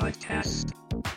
Podcast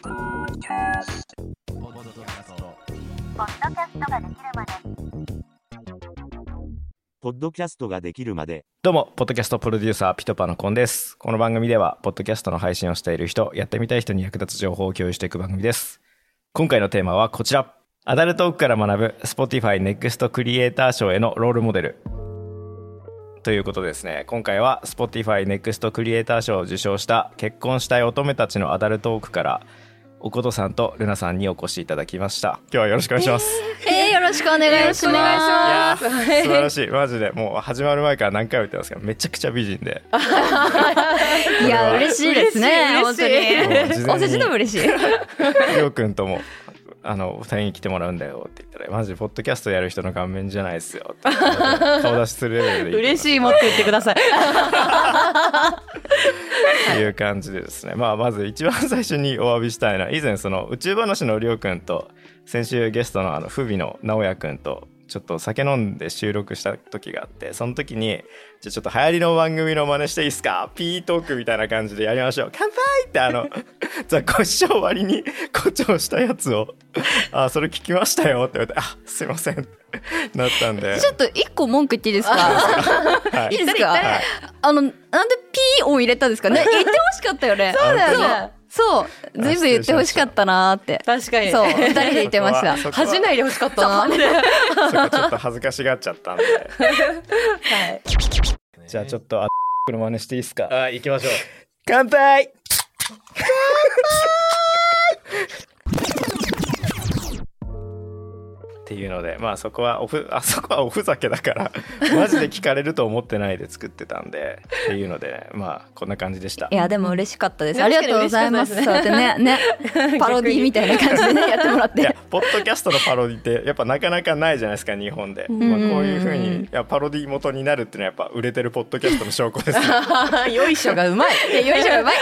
ポッドキャストができるまで。 どうもポッドキャストプロデューサーピトパのコンです。この番組ではポッドキャストの配信をしている人、やってみたい人に役立つ情報を共有していく番組です。今回のテーマはこちら。アダルトークから学ぶ Spotify Next クリエイター賞へのロールモデルということですね。今回は Spotify Next クリエイター賞を受賞した結婚したい乙女たちのアダルトークからおことさんとルナさんにお越しいただきました。今日はよろしくお願いします。 よろしくお願いします。 いや素晴らしい。マジでもう始まる前から何回も言ってますけどめちゃくちゃ美人でいや嬉しいですね。本当にお世辞でも嬉しい。 りょうくんとも2人に来てもらうんだよって言ったらマジポッドキャストやる人の顔面じゃないですよって顔出しするレベルで嬉しいもって言ってくださいっていう感じでですね、まず一番最初にお詫びしたいのは以前その宇宙話のりょうくんと先週ゲストの不備の直哉くんとちょっと酒飲んで収録した時があって、その時にじゃあちょっと流行りの番組の真似していいですか、ピートークみたいな感じでやりましょう、乾杯ってザコシショウ割に誇張したやつをそれ聞きましたよって言われてすいませんってなったんでちょっと一個文句言っていいですかいいですか、はい、なんでピー音入れたんですかね。言ってほしかったよね。そうだよね。そう全部言ってほしかったなって。 確かにそう2人で言ってました。 恥じないでほしかったなってそこちょっと恥ずかしがっちゃったんで、はい、じゃあちょっとの真似していいですか。 行きましょう。 乾杯っていうので、そこはあそこはおふざけだからマジで聞かれると思ってないで作ってたんでっていうのでこんな感じでした。 いやでも嬉しかったです。ありがとうございます。そうやってねパロディみたいな感じでねやってもらって。 いやポッドキャストのパロディってやっぱなかなかないじゃないですか日本で。こういう風にパロディ元になるっていうのはやっぱ売れてるポッドキャストの証拠ですねよいしょがうまい。 よいしょがうまい、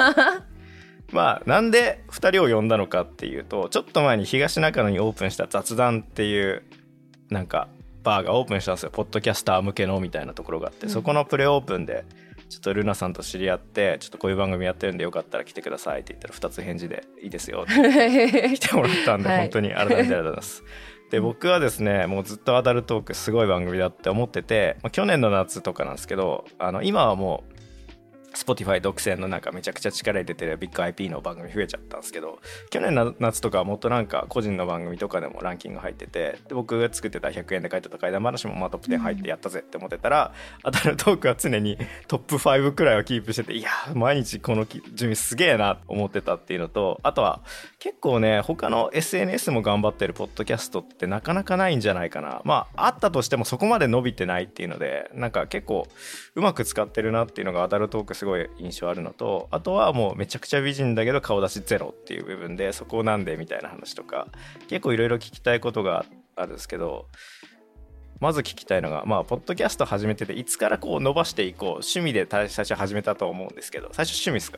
なんで2人を呼んだのかっていうと、ちょっと前に東中野にオープンした雑談っていうなんかバーがオープンしたんですよ。ポッドキャスター向けのみたいなところがあって、そこのプレオープンでちょっとルナさんと知り合って、ちょっとこういう番組やってるんでよかったら来てくださいって言ったら2つ返事でいいですよって来てもらったんで、本当に改めてありがとうございます。で僕はですねもうずっとアダルトークすごい番組だって思ってて、去年の夏とかなんですけど今はもうSpotify 独占のなんかめちゃくちゃ力入れてるビッグ IP の番組増えちゃったんですけど、去年の夏とかはもっとなんか個人の番組とかでもランキング入ってて、で僕が作ってた100円で書いてた怪談話もトップ10入ってやったぜって思ってたら、アダルトークは常にトップ5くらいをキープしてて、いや毎日この準備すげえなと思ってたっていうのと、あとは結構ね他の SNS も頑張ってるポッドキャストってなかなかないんじゃないかな。あったとしてもそこまで伸びてないっていうので、なんか結構うまく使ってるなっていうのがアダルトークすごい印象あるのと、あとはもうめちゃくちゃ美人だけど顔出しゼロっていう部分で、そこなんでみたいな話とか結構いろいろ聞きたいことがあるんですけど、まず聞きたいのがポッドキャスト始めてていつからこう伸ばしていこう、趣味で最初始めたと思うんですけど、最初趣味ですか。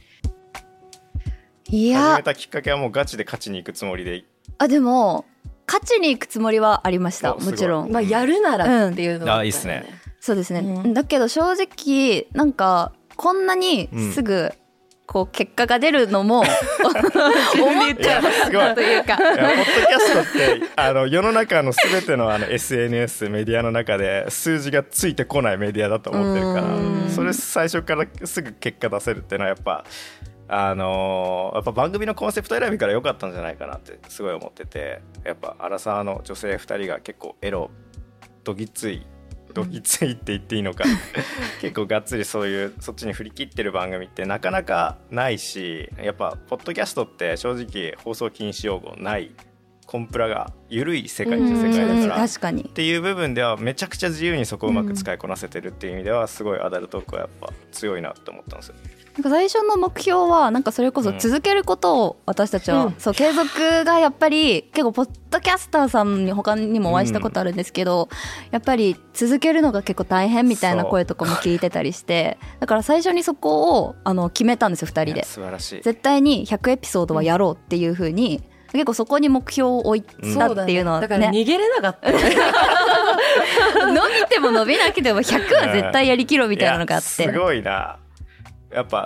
いや始めたきっかけはもうガチで勝ちに行くつもりで。 でも勝ちに行くつもりはありました。もちろんやるならっていうのは、 いいっすね。 そうですね、だけど正直なんかこんなにすぐこう結果が出るのも、思っちゃうというか、ポッドキャストって世の中の全てのSNS メディアの中で数字がついてこないメディアだと思ってるから、それ最初からすぐ結果出せるっていうのはやっぱ番組のコンセプト選びから良かったんじゃないかなってすごい思ってて、やっぱアラサーの女性2人が結構エロどぎついって言っていいのか結構がっつりそっちに振り切ってる番組ってなかなかないし、やっぱポッドキャストって正直放送禁止用語ないコンプラが緩い世界だから確かにっていう部分ではめちゃくちゃ自由にそこをうまく使いこなせてるっていう意味ではすごいアダルトークはやっぱ強いなって思ったんですよ。 なんか最初の目標はなんかそれこそ続けることを私たちは、そう継続がやっぱり結構ポッドキャスターさんに他にもお会いしたことあるんですけど、やっぱり続けるのが結構大変みたいな声とかも聞いてたりして、だから最初にそこを決めたんですよ2人で。 素晴らしい。 絶対に100エピソードはやろうっていう風に、結構そこに目標を置いたっていうのは、ね、 だから逃げれなかった伸びても伸びなくても100は絶対やりきろうみたいなのがあって、 すごいな。やっぱそ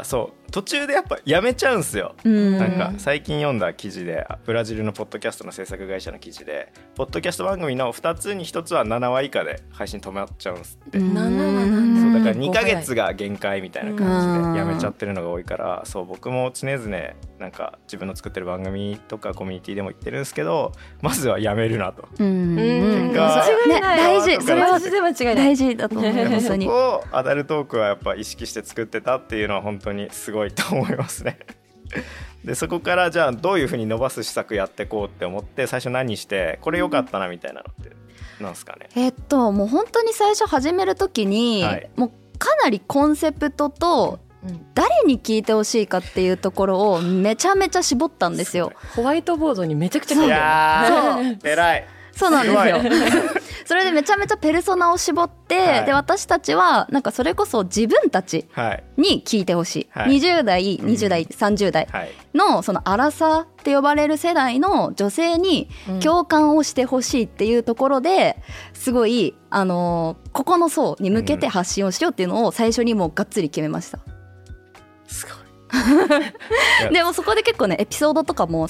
途中でやっぱやめちゃうんすよ。 うんなんか最近読んだ記事でブラジルのポッドキャストの制作会社の記事でポッドキャスト番組の2つに1つは7話以下で配信止まっちゃうんすって。 なんだそうだから2ヶ月が限界みたいな感じでやめちゃってるのが多いから、そう僕も常々なんか自分の作ってる番組とかコミュニティでも言ってるんですけど、まずはやめるなと。 間結果違いないよ。 ね大事それはマジで間違いない。 大事だと思う本そ当に。 こをアダルトークはやっぱ意識して作ってたっていうのは本当にすごいと思いますね。でそこからじゃあどういうふうに伸ばす施策やっていこうって思って最初何してこれ良かったなみたいなのってなんですかね。 もう本当に最初始めるときに、 はいもうかなりコンセプトと誰に聞いてほしいかっていうところをめちゃめちゃ絞ったんですよ。 ホワイトボードにめちゃくちゃ書いいてあやー偉い。 そうなんですよすそれでめちゃめちゃペルソナを絞って、 はいで私たちはなんかそれこそ自分たちはいに聞いてほしい、 はい 20代20代、30代はいのそのアラサーって呼ばれる世代の女性に共感をしてほしいっていうところですごい、ここの層に向けて発信をしようっていうのを最初にもうがっつり決めました。 すごい。 でもそこで結構ねエピソードとかも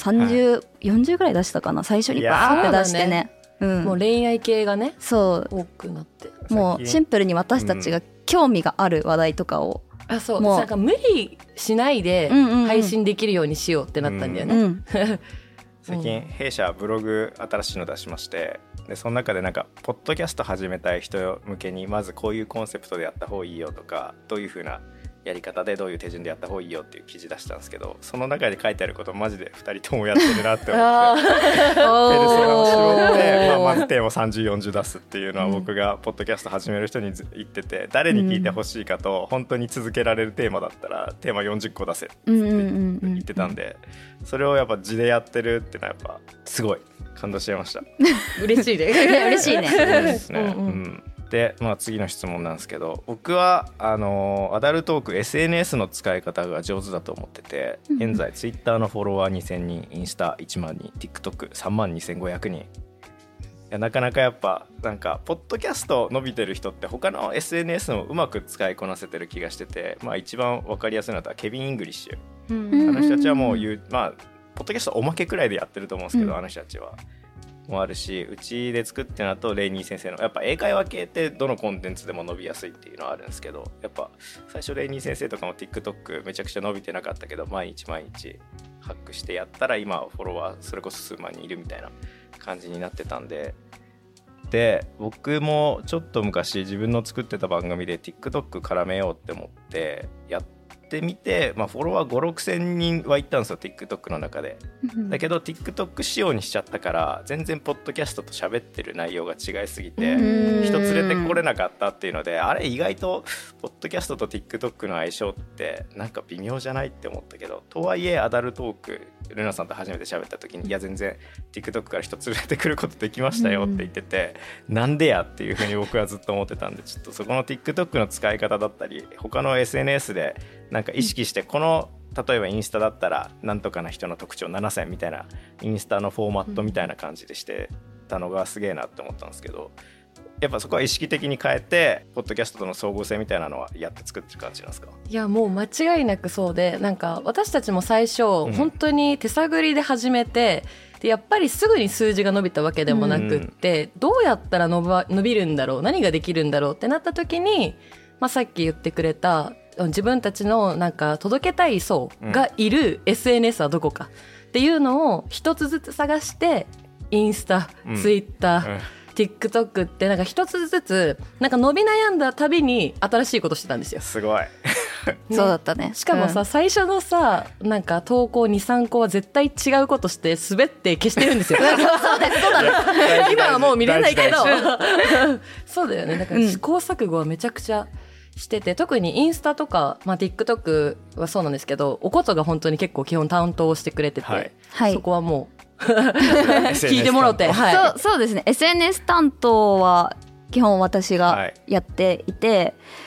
30、40ぐらい出したかな最初にバーって出してね、 もう恋愛系がねそう多くなって。 もうシンプルに私たちが興味がある話題とかを、 あそうもうなんか無理しないでうんうんうん配信できるようにしようってなったんだよね。 うん最近弊社ブログ新しいの出しまして、でその中でなんかポッドキャスト始めたい人向けにまずこういうコンセプトでやった方がいいよとか、どういう風なやり方でどういう手順でやった方がいいよっていう記事出したんですけど、その中で書いてあることマジで2人ともやってるなって思ってペルソナを絞って、まずテーマ3040出すっていうのは僕がポッドキャスト始める人に言ってて、誰に聞いてほしいかと本当に続けられるテーマだったらテーマ40個出せって言ってたんで、それをやっぱ字でやってるっていうのはやっぱすごい感動しちゃいました。 嬉しいね。 嬉しいねそうですね。で、次の質問なんですけど、僕はアダルトーク SNS の使い方が上手だと思ってて、現在 Twitter のフォロワー2000人、インスタ1万人、TikTok3 万2500人。いやなかなかやっぱなんかポッドキャスト伸びてる人って他の SNS もうまく使いこなせてる気がしてて、一番分かりやすいのはケビン・イングリッシュ、あの人たちはもうポッドキャストおまけくらいでやってると思うんですけど、あの人たちはもあるし、うちで作ってなとレイニー先生のやっぱ英会話系ってどのコンテンツでも伸びやすいっていうのはあるんですけど、やっぱ最初レイニー先生とかも TikTok めちゃくちゃ伸びてなかったけど毎日ハックしてやったら今フォロワーそれこそ数万人いるみたいな感じになってたんで、僕もちょっと昔自分の作ってた番組で TikTok 絡めようって思ってやってみて、フォロワー 5,6 千人はいったんですよ TikTok の中で。だけど TikTok 仕様にしちゃったから全然ポッドキャストと喋ってる内容が違いすぎて人連れてこれなかったっていうので、あれ意外とポッドキャストと TikTok の相性ってなんか微妙じゃないって思ったけど、とはいえアダルトークルナさんと初めて喋った時にいや全然 TikTok から人連れてくることできましたよって言ってて、なんでやっていうふうに僕はずっと思ってたんで、ちょっとそこの TikTok の使い方だったり他の SNS でなんか意識してこの例えばインスタだったらなんとかな人の特徴7000みたいなインスタのフォーマットみたいな感じでしてたのがすげえなって思ったんですけど、やっぱそこは意識的に変えてポッドキャストとの総合性みたいなのはやって作ってる感じなんですか？ いやもう間違いなくそうで、なんか私たちも最初、本当に手探りで始めて、でやっぱりすぐに数字が伸びたわけでもなくって、どうやったら伸びるんだろう、何ができるんだろうってなった時に、さっき言ってくれた自分たちのなんか届けたい層がいる SNS はどこかっていうのを一つずつ探して、インスタ、ツイッター、TikTok ってなんか一つずつなんか伸び悩んだたびに新しいことしてたんですよ。 すごいそうだったね。 しかもさ、最初のさなんか投稿 2,3 個は絶対違うことして滑って消してるんですよ。そうだ今はもう見れないけどそうだよね。だから試行錯誤はめちゃくちゃしてて、特にインスタとか、TikTok はそうなんですけど、おことが本当に結構基本担当してくれてて、 はいそこはもう聞いてもらって、 そうですね。 SNS 担当は基本私がやっていて、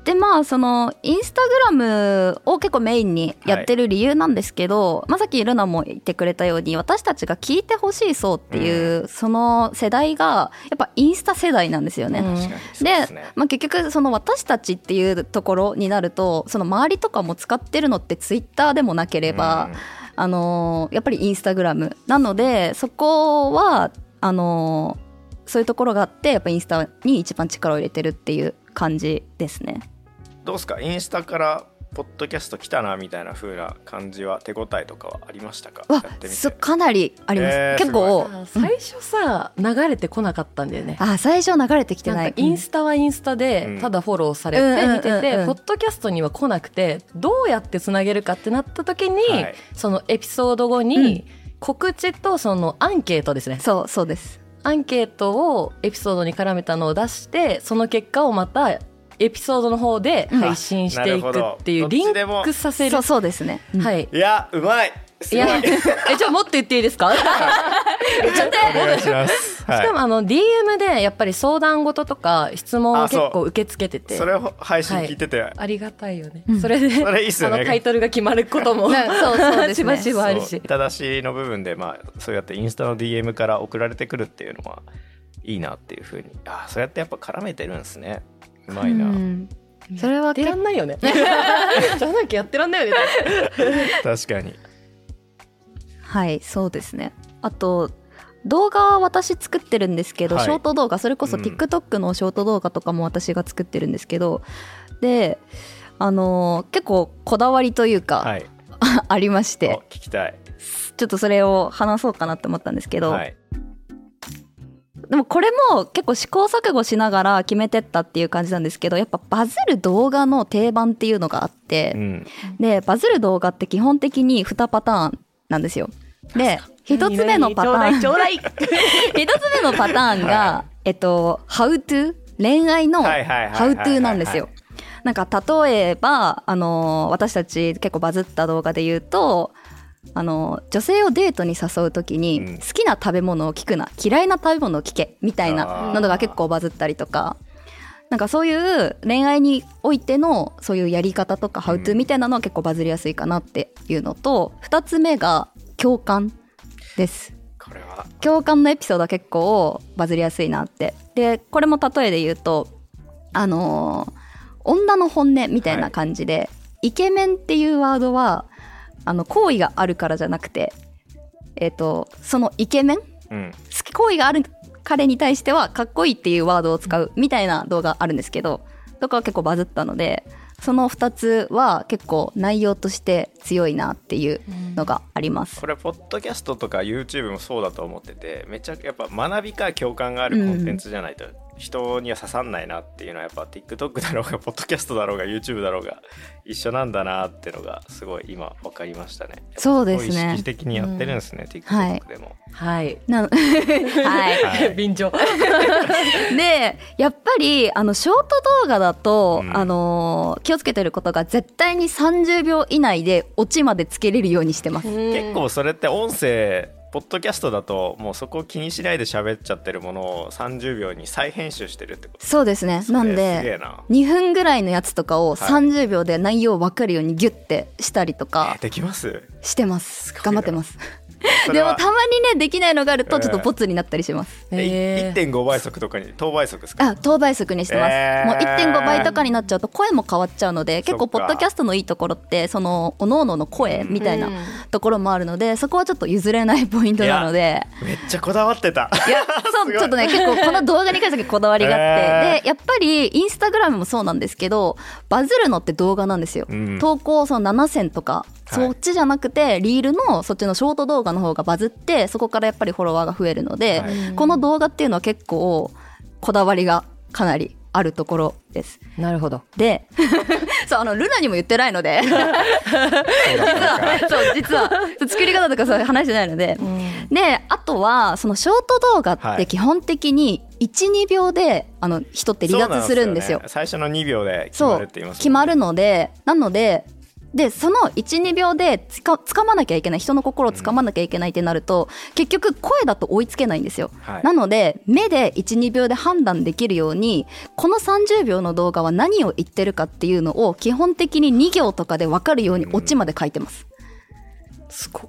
でそのインスタグラムを結構メインにやってる理由なんですけど、さっきルナも言ってくれたように私たちが聞いてほしい層っていう、その世代がやっぱインスタ世代なんですよね。で、結局その私たちっていうところになるとその周りとかも使ってるのってツイッターでもなければ、やっぱりインスタグラムなので、そこはそういうところがあってやっぱインスタに一番力を入れてるっていう感じですね。 どうですか、インスタからポッドキャスト来たなみたいな風な感じは、手応えとかはありましたか？やってみて。 かなりあります。結構最初さ、流れてこなかったんだよね。 最初流れてきてない。 インスタはインスタでただフォローされて見てて、ポッドキャストには来なくて、どうやってつなげるかってなった時に、そのエピソード後に告知とそのアンケートですね。 そうです。 アンケートをエピソードに絡めたのを出して、その結果をまたエピソードの方で配信していくっていう、リンクさせる。 そうですね。 はい。 いや、うまい。すごい。 じゃあもっと言っていいですか？ お願いします。 しかもDM でやっぱり相談事とか質問を結構受け付けてて、 それを配信聞いてて、 ありがたいよね。それでそれいいっすよね。 タイトルが決まることもそうですね。 しばしばあるし。 板出しの部分でそうやってインスタの DM から送られてくるっていうのはいいなっていうふうに、そうやってやっぱ絡めてるんですね。うまいな。 それはやってらんないよね。じゃなきゃやってらんないよね。 確かに。 はい、そうですね。あと動画は私作ってるんですけど、ショート動画、それこそ TikTok のショート動画とかも私が作ってるんですけど、で結構こだわりというか、ありまして、 聞きたい。 ちょっとそれを話そうかなって思ったんですけど、でもこれも結構試行錯誤しながら決めてったっていう感じなんですけど、やっぱバズる動画の定番っていうのがあって、でバズる動画って基本的に2パターンなんですよ。で1つ目のパターン1つ目のパターンがHow to 恋愛の How to なんですよ。なんか例えば私たち結構バズった動画で言うと、女性をデートに誘うときに、好きな食べ物を聞くな、嫌いな食べ物を聞けみたいなのが結構バズったりとか、なんかそういう恋愛においてのそういうやり方とかハウトゥーみたいなのは結構バズりやすいかなっていうのと、2つ目が共感です。 これは共感のエピソードは結構バズりやすいなって。でこれも例えで言うと女の本音みたいな感じで、イケメンっていうワードは好意があるからじゃなくて、そのイケメン、好意がある彼に対してはかっこいいっていうワードを使うみたいな動画あるんですけど、とかは結構バズったので、その2つは結構内容として強いなっていうのがあります。 これポッドキャストとか YouTube もそうだと思ってて、めっちゃやっぱ学びか共感があるコンテンツじゃないと人には刺さんないなっていうのは、やっぱ TikTok だろうがポッドキャストだろうが YouTube だろうが一緒なんだなっていうのがすごい今分かりましたね。 そうですね。 意識的にやってるんですね、TikTok でも。 はい便乗でやっぱりショート動画だと、気をつけてることが、絶対に30秒以内でオチまでつけれるようにしてます。 結構それって音声ポッドキャストだともうそこを気にしないで喋っちゃってるものを30秒に再編集してるってこと？ そうですね。なんで2分ぐらいのやつとかを30秒で内容分かるようにギュッてしたりとか、 できます？ してます。頑張ってます。でもたまにねできないのがあるとちょっとボツになったりします。 1.5 倍速とかに等倍速ですか？ 等倍速にしてます。もう 1.5 倍とかになっちゃうと声も変わっちゃうので、結構ポッドキャストのいいところってその各々の声みたいなところもあるので、そこはちょっと譲れないポイントなので。 めっちゃこだわってた。 いやそうちょっとね結構この動画に関してこだわりがあって、でやっぱりインスタグラムもそうなんですけど、バズるのって動画なんですよ。投稿その7000とかそっちじゃなくてリールのそっちのショート動画の方がバズって、そこからやっぱりフォロワーが増えるので、この動画っていうのは結構こだわりがかなりあるところです。 なるほど。 でそうルナにも言ってないので実は作り方とかそう話してないので、であとはそのショート動画って基本的に 1,2 秒で人って離脱するんですよ。 最初の2秒で決まるって言いますもんね。 決まるので、なのででその 1,2 秒でつかまなきゃいけない、人の心をつかまなきゃいけないってなると、結局声だと追いつけないんですよ、 はい、 なので目で 1,2 秒で判断できるように、この30秒の動画は何を言ってるかっていうのを基本的に2行とかで分かるようにオチまで書いてます、 すごい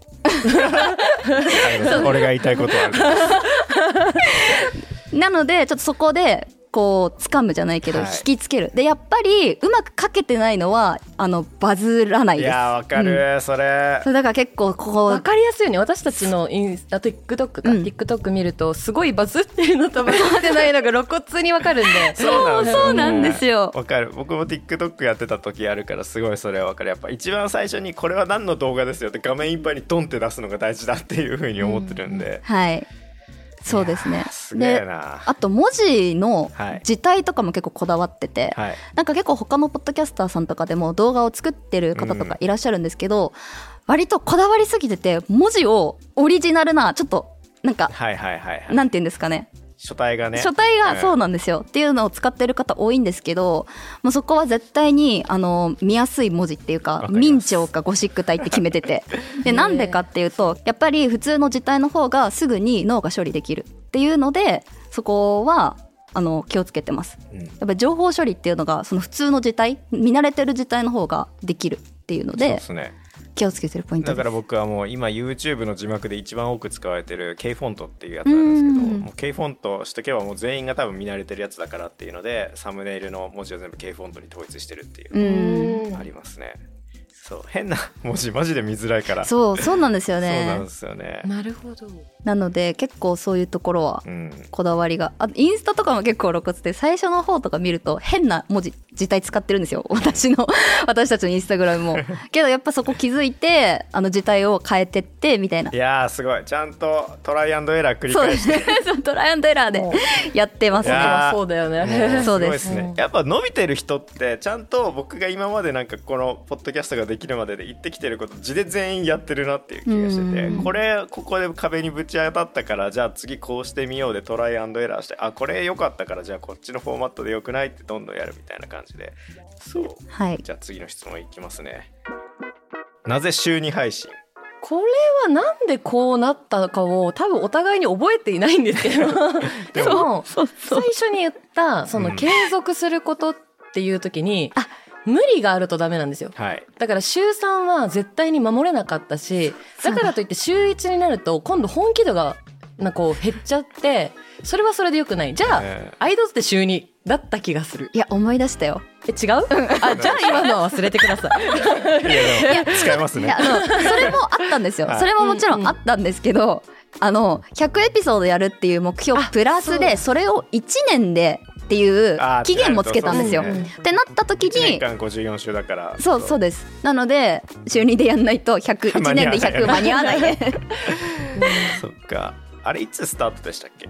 俺が言いたいことはあるなのでちょっとそこでこう掴むじゃないけど、 はい引きつける。でやっぱりうまく書けてないのはバズらないいです。 やわかる、それそれだから結構ここわかりやすいよね。私たちのインスタ TikTok か、TikTok 見るとすごいバズってるのとバズってないのが露骨にわかるんでそうなんですよ。 わかる。僕も TikTok やってた時あるからすごいそれはわかる。やっぱ一番最初にこれは何の動画ですよって画面いっぱいにドンって出すのが大事だっていう風に思ってるんで、 はいそうですね。 すげえな。 であと文字のはい字体とかも結構こだわってて、 はい、 なんか結構他のポッドキャスターさんとかでも動画を作ってる方とかいらっしゃるんですけど、割とこだわりすぎてて文字をオリジナルなちょっとなんか、 はいはいはいはい、 なんていうんですかね、 書体がね、 書体がそうなんですよ、っていうのを使ってる方多いんですけど、もうそこは絶対に見やすい文字っていうか明朝かゴシック体って決めててでなんでかっていうと、やっぱり普通の字体の方がすぐに脳が処理できるっていうので、そこは気をつけてます、やっぱり情報処理っていうのがその普通の字体、見慣れてる字体の方ができるっていうのそうでですね。 気をつけてるポイントです。 だから僕はもう今 YouTube の字幕で一番多く使われてる K フォントっていうやつなんですけど、もう K フォントしとけばもう全員が多分見慣れてるやつだからっていうので、サムネイルの文字を全部 K フォントに統一してるっていうのありますね。そう変な文字マジで見づらいから、 そうなんですよね。 そうなんですよね。 なるほど。 なので結構そういうところはこだわりが、あインスタとかも結構露骨で、最初の方とか見ると変な文字字体使ってるんですよ、私たちのインスタグラムもけどやっぱそこ気づいて字体を変えてってみたいな。 いやーすごい、ちゃんとトライアンドエラー繰り返してそうトライアンドエラーでやってますね。 そうだよね。 そうですすごいですね。やっぱ伸びてる人ってちゃんと僕が今までなんかこのポッドキャストができるまでで言ってきてること字で全員やってるなっていう気がしてて、ここで壁にぶち当たったからじゃあ次こうしてみようでトライアンドエラーして、あこれ良かったからじゃあこっちのフォーマットで良くないってどんどんやるみたいな感じで、そう、 はい、 じゃあ次の質問いきますね。なぜ週2配信？ これはなんでこうなったのかを多分お互いに覚えていないんですけどでも最初に言ったその継続することっていう時に、無理があるとダメなんですよ、 はい、 だから週3は絶対に守れなかったし、だからといって週1になると今度本気度がなんかこう減っちゃって、それはそれでよくない。じゃあ、アイドルって週2だった気がする。 いや思い出したよ。 違うじゃあ今のは忘れてくださいいや使えますね。 それもあったんですよ、それももちろんあったんですけど、100エピソードやるっていう目標プラスでそれを1年でっていう期限もつけたんですよ。ってなった時に 1年間54週だから、 そうです。なので週2でやんないと101年で100間に合わないでそっか。あれいつスタートでしたっけ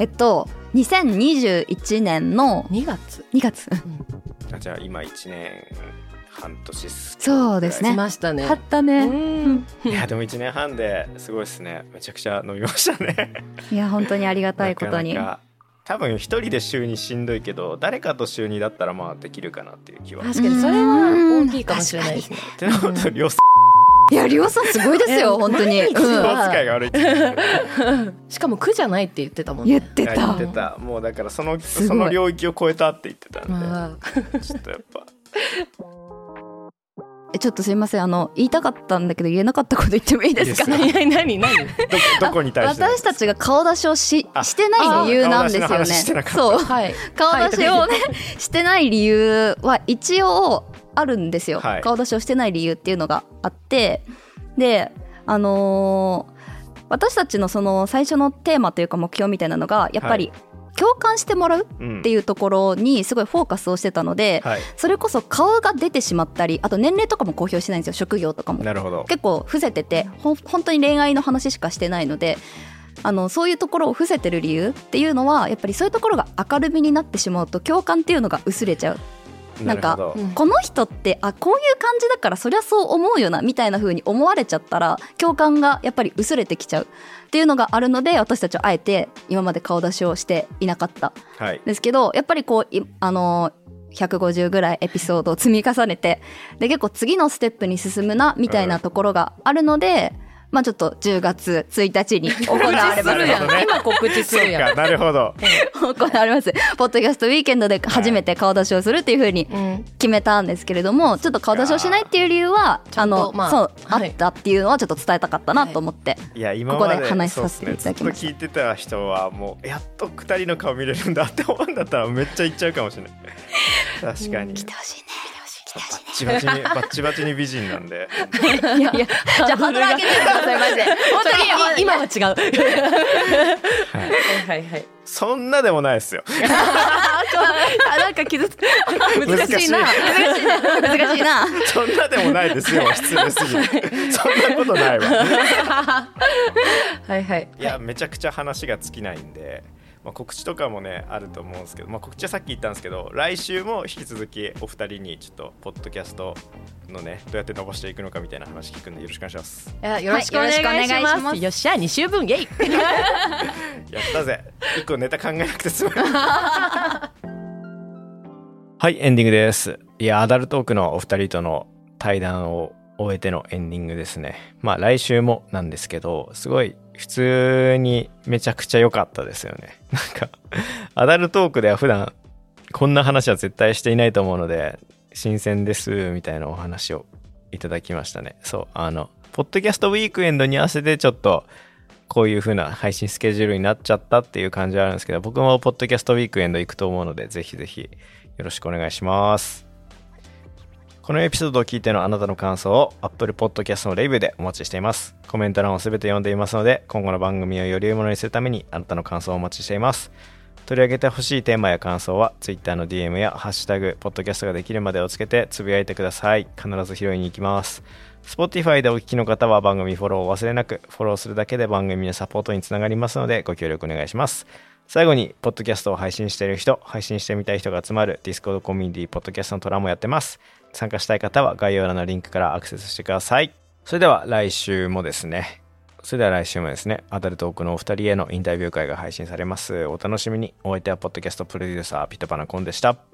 ？2021年の 2月、 じゃあ今1年半年そうですね。 しましたね。 あったね。 いやでも1年半ですごいですね。めちゃくちゃ伸びましたねいや本当にありがたいことに。 なかなか多分一人で週にしんどいけど誰かと週にだったらまあできるかなっていう気は。 確かにそれは大きいかもしれないですね。 ってなるとりょうさいやりょうさんすごいですよ本当に。 ん扱いが悪いって言ってしかも苦じゃないって言ってたもんね。 言ってた。もうだからその領域を超えたって言ってたんでちょっとやっぱちょっとすいません言いたかったんだけど言えなかったこと言ってもいいですか？ 何どこに対して私たちが顔出しをしてない理由なんですよね。そう、 はい、 顔出しをねしてない理由は一応あるんですよ、 はい、 顔出しをしてない理由っていうのがあって、で私たちのその最初のテーマというか目標みたいなのがやっぱり、共感してもらうっていうところにすごいフォーカスをしてたので、それこそ顔が出てしまったり、あと年齢とかも公表してないんですよ、職業とかも。 なるほど。 結構伏せてて本当に恋愛の話しかしてないので、そういうところを伏せてる理由っていうのはやっぱりそういうところが明るみになってしまうと共感っていうのが薄れちゃう。なんかこの人ってこういう感じだからそりゃそう思うよなみたいな風に思われちゃったら共感がやっぱり薄れてきちゃうっていうのがあるので、私たちはあえて今まで顔出しをしていなかった、ですけどやっぱりこう 150ぐらいエピソードを積み重ねて、で結構次のステップに進むなみたいなところがあるので、まあちょっと10月1日に行われます。 今告知するやん。 そうか、なるほど。 行われます。ポッドキャストウィーケンドで初めて顔出しをするっていう風に決めたんですけれども、ちょっと顔出しをしないっていう理由はそうあったっていうのはちょっと伝えたかったなと思って、 いや今ここで話させていただきました。 ずっと聞いてた人はもうやっと2人の顔見れるんだって思うんだったらめっちゃ言っちゃうかもしれない。確かに。 来てほしいね。 バッチバチに美人なんで。 いやいや、じゃあハードル上げてくださいマジで。本当に今は違う。はいはいはい。 そんなでもないですよ。 なんか傷つ難しいな。 難しいな。 そんなでもないですよ。失礼すぎる。そんなことないわ。 はいはい。 いやめちゃくちゃ話が尽きないんで。まあ、告知とかもねあると思うんですけど、まあ、告知はさっき言ったんですけど、来週も引き続きお二人にちょっとポッドキャストのねどうやって伸ばしていくのかみたいな話聞くんでよろしくお願いします。 よろしくお願いします。よっしゃ2週分イエイ。 やったぜ。1個ネタ考えなくて済む。はい、エンディングです。いやアダルトークのお二人との対談を終えてのエンディングですね。まあ来週もなんですけど、すごい普通にめちゃくちゃ良かったですよね。なんかアダルトークでは普段こんな話は絶対していないと思うので新鮮ですみたいなお話をいただきましたね。そうポッドキャストウィークエンドに合わせてちょっとこういう風な配信スケジュールになっちゃったっていう感じはあるんですけど、僕もポッドキャストウィークエンド行くと思うのでぜひぜひよろしくお願いします。このエピソードを聞いてのあなたの感想を Apple Podcast のレビューでお待ちしています。コメント欄をすべて読んでいますので、今後の番組をより良いものにするためにあなたの感想をお待ちしています。取り上げてほしいテーマや感想は Twitter の DM やハッシュタグポッドキャストができるまでをつけてつぶやいてください。必ず拾いに行きます。Spotify でお聞きの方は番組フォローを忘れなく、フォローするだけで番組のサポートにつながりますのでご協力お願いします。最後にポッドキャストを配信している人、配信してみたい人が集まる Discord コミュニティポッドキャストのトラもやってます。参加したい方は概要欄のリンクからアクセスしてください。それでは来週もですね、アダルトークのお二人へのインタビュー会が配信されます。お楽しみに。お相手はポッドキャストプロデューサーピトパナコンでした。